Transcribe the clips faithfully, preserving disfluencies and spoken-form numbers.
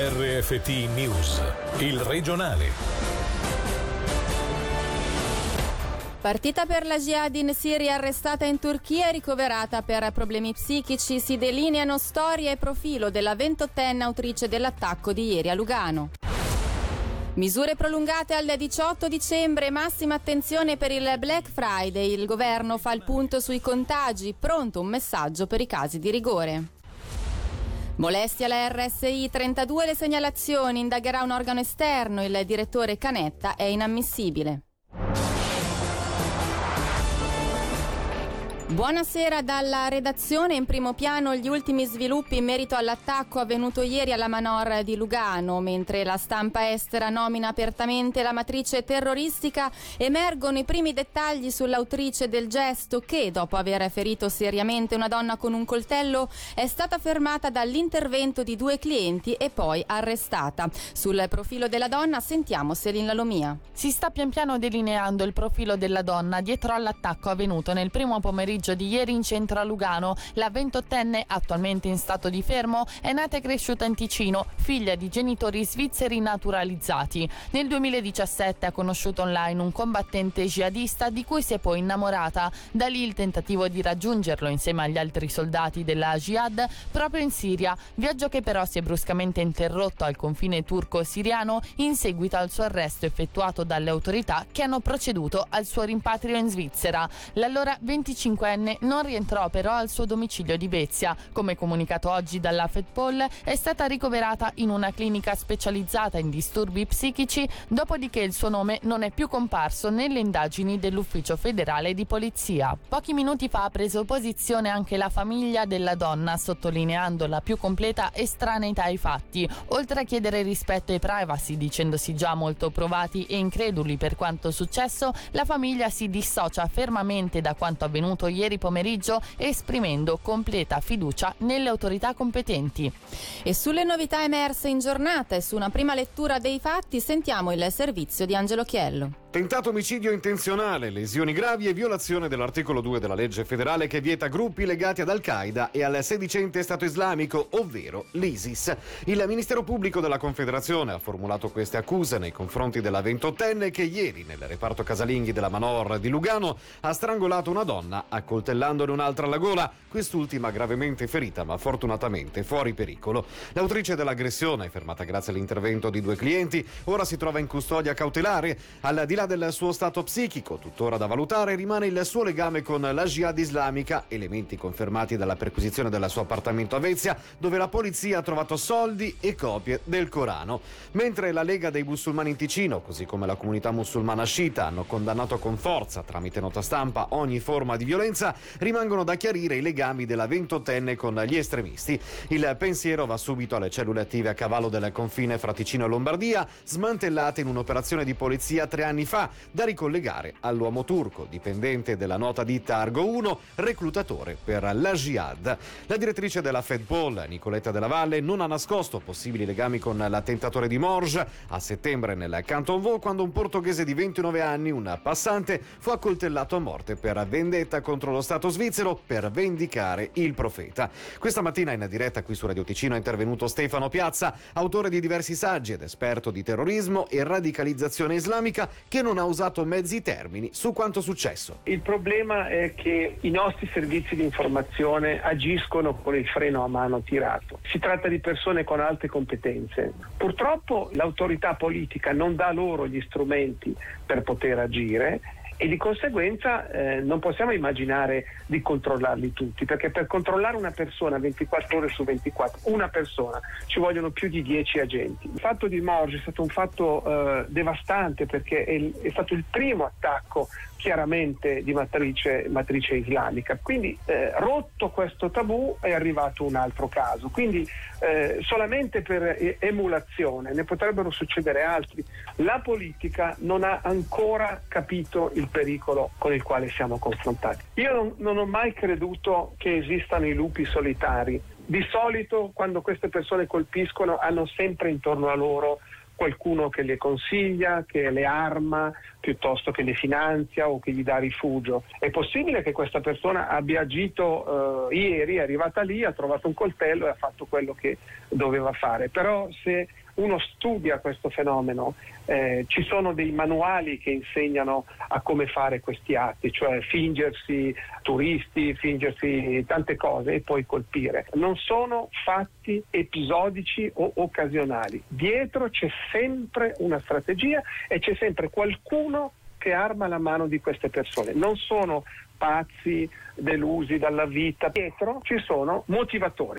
R F T News, il regionale. Partita per la Jihad in Siria, arrestata in Turchia e ricoverata per problemi psichici, si delineano storia e profilo della ventottenne autrice dell'attacco di ieri a Lugano. Misure prolungate al diciotto dicembre, massima attenzione per il Black Friday. Il governo fa il punto sui contagi, pronto un messaggio per i casi di rigore. Molestia alla R S I, trentadue le segnalazioni, indagherà un organo esterno, il direttore Canetta è inammissibile. Buonasera dalla redazione. In primo piano gli ultimi sviluppi in merito all'attacco avvenuto ieri alla Manor di Lugano. Mentre la stampa estera nomina apertamente la matrice terroristica, emergono i primi dettagli sull'autrice del gesto che, dopo aver ferito seriamente una donna con un coltello, è stata fermata dall'intervento di due clienti e poi arrestata. Sul profilo della donna sentiamo Selin Lalomia. Si sta pian piano delineando il profilo della donna dietro all'attacco avvenuto nel primo pomeriggio di ieri in centro a Lugano. La ventottenne, attualmente in stato di fermo, è nata e cresciuta in Ticino, figlia di genitori svizzeri naturalizzati. Nel duemiladiciassette ha conosciuto online un combattente jihadista di cui si è poi innamorata. Da lì il tentativo di raggiungerlo insieme agli altri soldati della Jihad proprio in Siria, viaggio che però si è bruscamente interrotto al confine turco-siriano in seguito al suo arresto effettuato dalle autorità che hanno proceduto al suo rimpatrio in Svizzera. L'allora venticinquenne non rientrò però al suo domicilio di Vezia. Come comunicato oggi dalla Fedpol, è stata ricoverata in una clinica specializzata in disturbi psichici, dopodiché il suo nome non è più comparso nelle indagini dell'Ufficio federale di polizia. Pochi minuti fa ha preso posizione anche la famiglia della donna, sottolineando la più completa estraneità ai fatti. Oltre a chiedere rispetto e privacy, dicendosi già molto provati e increduli per quanto successo, la famiglia si dissocia fermamente da quanto avvenuto ieri pomeriggio, esprimendo completa fiducia nelle autorità competenti. E sulle novità emerse in giornata e su una prima lettura dei fatti sentiamo il servizio di Angelo Chiello. Tentato omicidio intenzionale, lesioni gravi e violazione dell'articolo due della legge federale che vieta gruppi legati ad Al-Qaeda e al sedicente Stato Islamico, ovvero l'ISIS. Il Ministero Pubblico della Confederazione ha formulato queste accuse nei confronti della ventottenne che ieri nel reparto casalinghi della Manor di Lugano ha strangolato una donna accoltellandone un'altra alla gola, quest'ultima gravemente ferita ma fortunatamente fuori pericolo. L'autrice dell'aggressione, fermata grazie all'intervento di due clienti, ora si trova in custodia cautelare. Al di là del suo stato psichico, tuttora da valutare, rimane il suo legame con la Jihad islamica, elementi confermati dalla perquisizione del suo appartamento a Vezia, dove la polizia ha trovato soldi e copie del Corano. Mentre la Lega dei Musulmani in Ticino, così come la comunità musulmana sciita, hanno condannato con forza, tramite nota stampa, ogni forma di violenza, rimangono da chiarire i legami della ventottenne con gli estremisti. Il pensiero va subito alle cellule attive a cavallo del confine fra Ticino e Lombardia, smantellate in un'operazione di polizia tre anni fa, da ricollegare all'uomo turco, dipendente della nota ditta Argo uno, reclutatore per la Jihad. La direttrice della Fedpol, Nicoletta Della Valle, non ha nascosto possibili legami con l'attentatore di Morges a settembre nel Canton Vaud, quando un portoghese di ventinove anni, un passante, fu accoltellato a morte per vendetta contro lo Stato svizzero per vendicare il profeta. Questa mattina in diretta qui su Radio Ticino è intervenuto Stefano Piazza, autore di diversi saggi ed esperto di terrorismo e radicalizzazione islamica, che non ha usato mezzi termini su quanto successo. Il problema è che i nostri servizi di informazione agiscono con il freno a mano tirato. Si tratta di persone con alte competenze. Purtroppo l'autorità politica non dà loro gli strumenti per poter agire e di conseguenza eh, non possiamo immaginare di controllarli tutti, perché per controllare una persona ventiquattro ore su ventiquattro, una persona, ci vogliono più di dieci agenti. Il fatto di Morges è stato un fatto eh, devastante, perché è, il, è stato il primo attacco chiaramente di matrice, matrice islamica. Quindi eh, rotto questo tabù è arrivato un altro caso. Quindi eh, solamente per emulazione ne potrebbero succedere altri. La politica non ha ancora capito il pericolo con il quale siamo confrontati. Io non, non ho mai creduto che esistano i lupi solitari. Di solito quando queste persone colpiscono hanno sempre intorno a loro qualcuno che le consiglia, che le arma, piuttosto che le finanzia o che gli dà rifugio. È possibile che questa persona abbia agito eh, ieri, è arrivata lì, ha trovato un coltello e ha fatto quello che doveva fare, però se uno studia questo fenomeno, eh, ci sono dei manuali che insegnano a come fare questi atti, cioè fingersi turisti, fingersi tante cose e poi colpire. Non sono fatti episodici o occasionali. Dietro c'è sempre una strategia e c'è sempre qualcuno che arma la mano di queste persone. Non sono pazzi, delusi dalla vita. Dietro ci sono motivatori.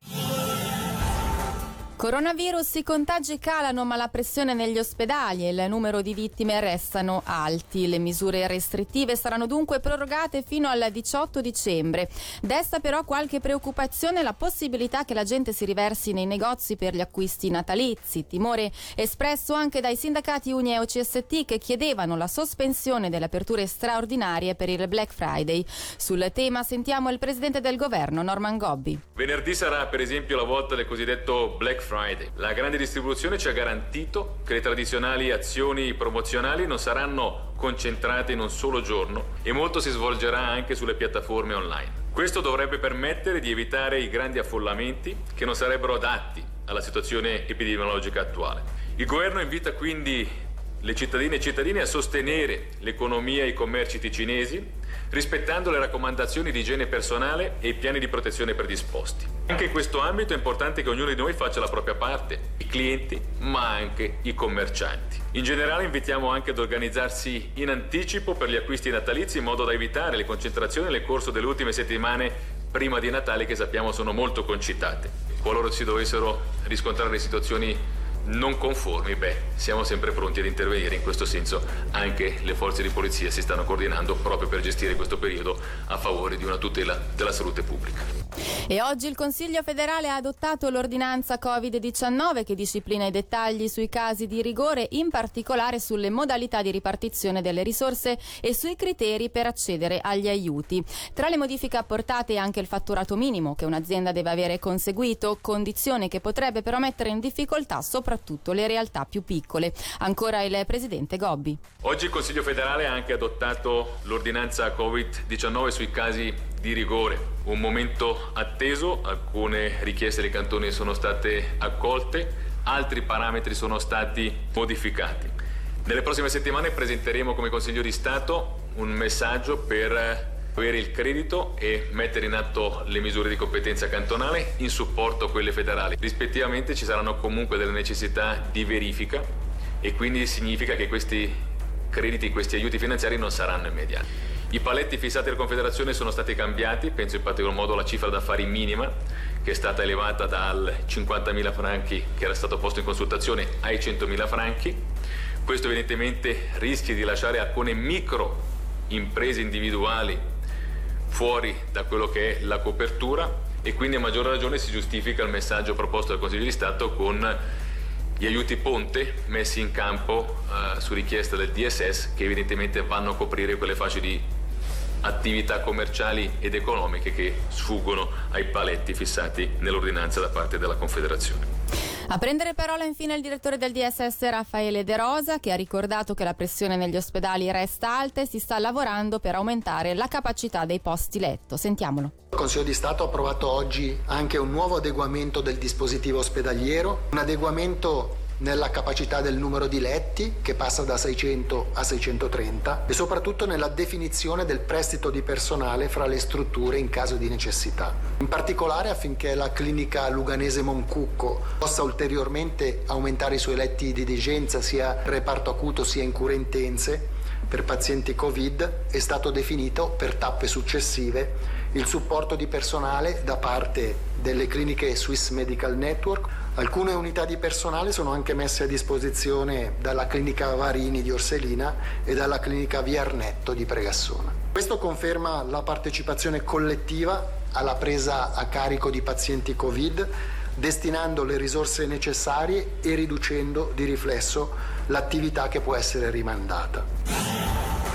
Coronavirus, i contagi calano ma la pressione negli ospedali e il numero di vittime restano alti. Le misure restrittive saranno dunque prorogate fino al diciotto dicembre. Desta però qualche preoccupazione la possibilità che la gente si riversi nei negozi per gli acquisti natalizi. Timore espresso anche dai sindacati Uni e O C S T che chiedevano la sospensione delle aperture straordinarie per il Black Friday. Sul tema sentiamo il presidente del governo Norman Gobbi. Venerdì sarà per esempio la volta del cosiddetto Black Friday. La grande distribuzione ci ha garantito che le tradizionali azioni promozionali non saranno concentrate in un solo giorno e molto si svolgerà anche sulle piattaforme online. Questo dovrebbe permettere di evitare i grandi affollamenti che non sarebbero adatti alla situazione epidemiologica attuale. Il governo invita quindi le cittadine e i cittadini a sostenere l'economia e i commerci ticinesi rispettando le raccomandazioni di igiene personale e i piani di protezione predisposti. Anche in questo ambito è importante che ognuno di noi faccia la propria parte, i clienti ma anche i commercianti. In generale invitiamo anche ad organizzarsi in anticipo per gli acquisti natalizi in modo da evitare le concentrazioni nel corso delle ultime settimane prima di Natale che sappiamo sono molto concitate. Qualora si dovessero riscontrare situazioni non conformi, beh, siamo sempre pronti ad intervenire. In questo senso anche le forze di polizia si stanno coordinando proprio per gestire questo periodo a favore di una tutela della salute pubblica. E oggi il Consiglio federale ha adottato l'ordinanza covid diciannove che disciplina i dettagli sui casi di rigore, in particolare sulle modalità di ripartizione delle risorse e sui criteri per accedere agli aiuti. Tra le modifiche apportate anche il fatturato minimo che un'azienda deve avere conseguito, condizione che potrebbe però mettere in difficoltà soprattutto soprattutto le realtà più piccole. Ancora il presidente Gobbi. Oggi il Consiglio federale ha anche adottato l'ordinanza covid diciannove sui casi di rigore, un momento atteso, alcune richieste dei cantoni sono state accolte, altri parametri sono stati modificati. Nelle prossime settimane presenteremo come Consiglio di Stato un messaggio per avere il credito e mettere in atto le misure di competenza cantonale in supporto a quelle federali. Rispettivamente ci saranno comunque delle necessità di verifica e quindi significa che questi crediti, questi aiuti finanziari non saranno immediati. I paletti fissati dalla Confederazione sono stati cambiati, penso in particolar modo alla cifra d'affari minima che è stata elevata dal cinquantamila franchi che era stato posto in consultazione ai centomila franchi. Questo evidentemente rischia di lasciare alcune micro imprese individuali fuori da quello che è la copertura e quindi a maggior ragione si giustifica il messaggio proposto dal Consiglio di Stato con gli aiuti ponte messi in campo uh, su richiesta del D S S che evidentemente vanno a coprire quelle fasce di attività commerciali ed economiche che sfuggono ai paletti fissati nell'ordinanza da parte della Confederazione. A prendere parola infine il direttore del D S S Raffaele De Rosa che ha ricordato che la pressione negli ospedali resta alta e si sta lavorando per aumentare la capacità dei posti letto. Sentiamolo. Il Consiglio di Stato ha approvato oggi anche un nuovo adeguamento del dispositivo ospedaliero, un adeguamento nella capacità del numero di letti che passa da seicento a seicentotrenta e soprattutto nella definizione del prestito di personale fra le strutture in caso di necessità. In particolare affinché la clinica luganese Moncucco possa ulteriormente aumentare i suoi letti di degenza sia in reparto acuto sia in cure intense per pazienti Covid è stato definito per tappe successive il supporto di personale da parte delle cliniche Swiss Medical Network. Alcune unità di personale sono anche messe a disposizione dalla clinica Varini di Orselina e dalla clinica Via Arnetto di Pregassona. Questo conferma la partecipazione collettiva alla presa a carico di pazienti Covid, destinando le risorse necessarie e riducendo di riflesso l'attività che può essere rimandata.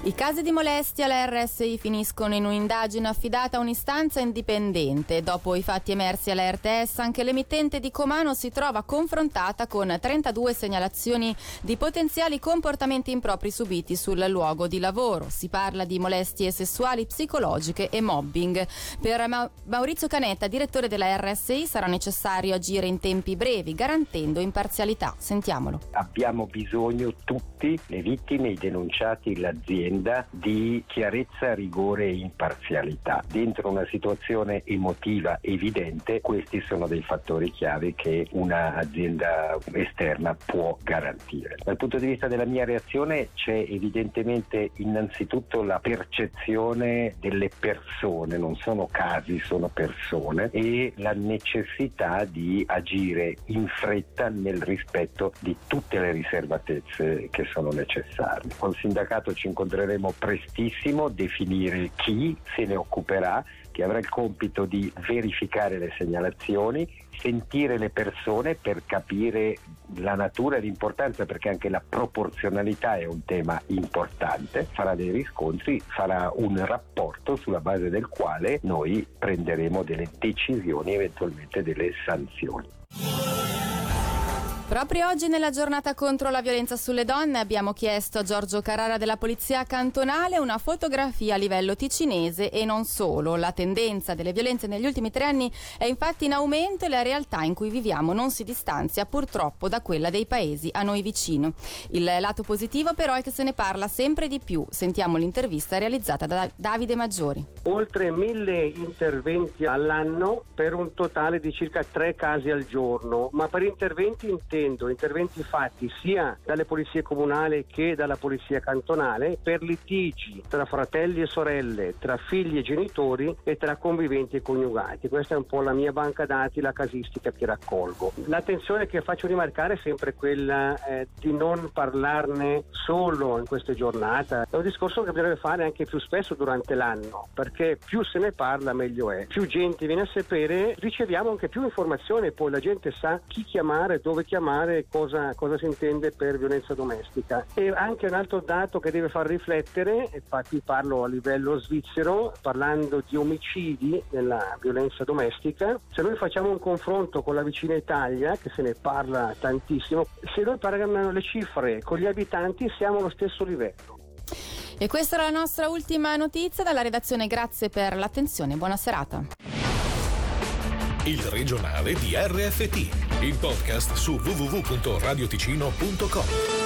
I casi di molestia alla R S I finiscono in un'indagine affidata a un'istanza indipendente. Dopo i fatti emersi alla R T S, anche l'emittente di Comano si trova confrontata con trentadue segnalazioni di potenziali comportamenti impropri subiti sul luogo di lavoro. Si parla di molestie sessuali, psicologiche e mobbing. Per Ma- Maurizio Canetta, direttore della R S I, sarà necessario agire in tempi brevi, garantendo imparzialità. Sentiamolo. Abbiamo bisogno tutti, le vittime, i denunciati, l'azienda, di chiarezza, rigore e imparzialità. Dentro una situazione emotiva evidente, questi sono dei fattori chiave che un'azienda esterna può garantire. Dal punto di vista della mia reazione c'è evidentemente innanzitutto la percezione delle persone, non sono casi, sono persone, e la necessità di agire in fretta nel rispetto di tutte le riservatezze che sono necessarie. Col sindacato ci incontreremo prestissimo, definire chi se ne occuperà, che avrà il compito di verificare le segnalazioni, sentire le persone per capire la natura e l'importanza, perché anche la proporzionalità è un tema importante, farà dei riscontri, farà un rapporto sulla base del quale noi prenderemo delle decisioni, eventualmente delle sanzioni. Proprio oggi, nella giornata contro la violenza sulle donne, abbiamo chiesto a Giorgio Carrara della Polizia Cantonale una fotografia a livello ticinese e non solo. La tendenza delle violenze negli ultimi tre anni è infatti in aumento e la realtà in cui viviamo non si distanzia purtroppo da quella dei paesi a noi vicino. Il lato positivo però è che se ne parla sempre di più. Sentiamo l'intervista realizzata da Davide Maggiori. Oltre mille interventi all'anno per un totale di circa tre casi al giorno, ma per interventi interi interventi fatti sia dalle polizie comunali che dalla polizia cantonale per litigi tra fratelli e sorelle, tra figli e genitori e tra conviventi e coniugati. Questa è un po' la mia banca dati, la casistica che raccolgo. L'attenzione che faccio rimarcare è sempre quella eh, di non parlarne solo in queste giornate. È un discorso che bisogna fare anche più spesso durante l'anno, perché più se ne parla meglio è. Più gente viene a sapere, riceviamo anche più informazioni, poi la gente sa chi chiamare, dove chiamare, cosa, cosa si intende per violenza domestica. E anche un altro dato che deve far riflettere, infatti parlo a livello svizzero, parlando di omicidi nella violenza domestica, se noi facciamo un confronto con la vicina Italia, che se ne parla tantissimo, se noi paragoniamo le cifre con gli abitanti siamo allo stesso livello. E questa era la nostra ultima notizia dalla redazione. Grazie per l'attenzione, buona serata. Il regionale di R F T, il podcast su w w w punto radioticino punto com.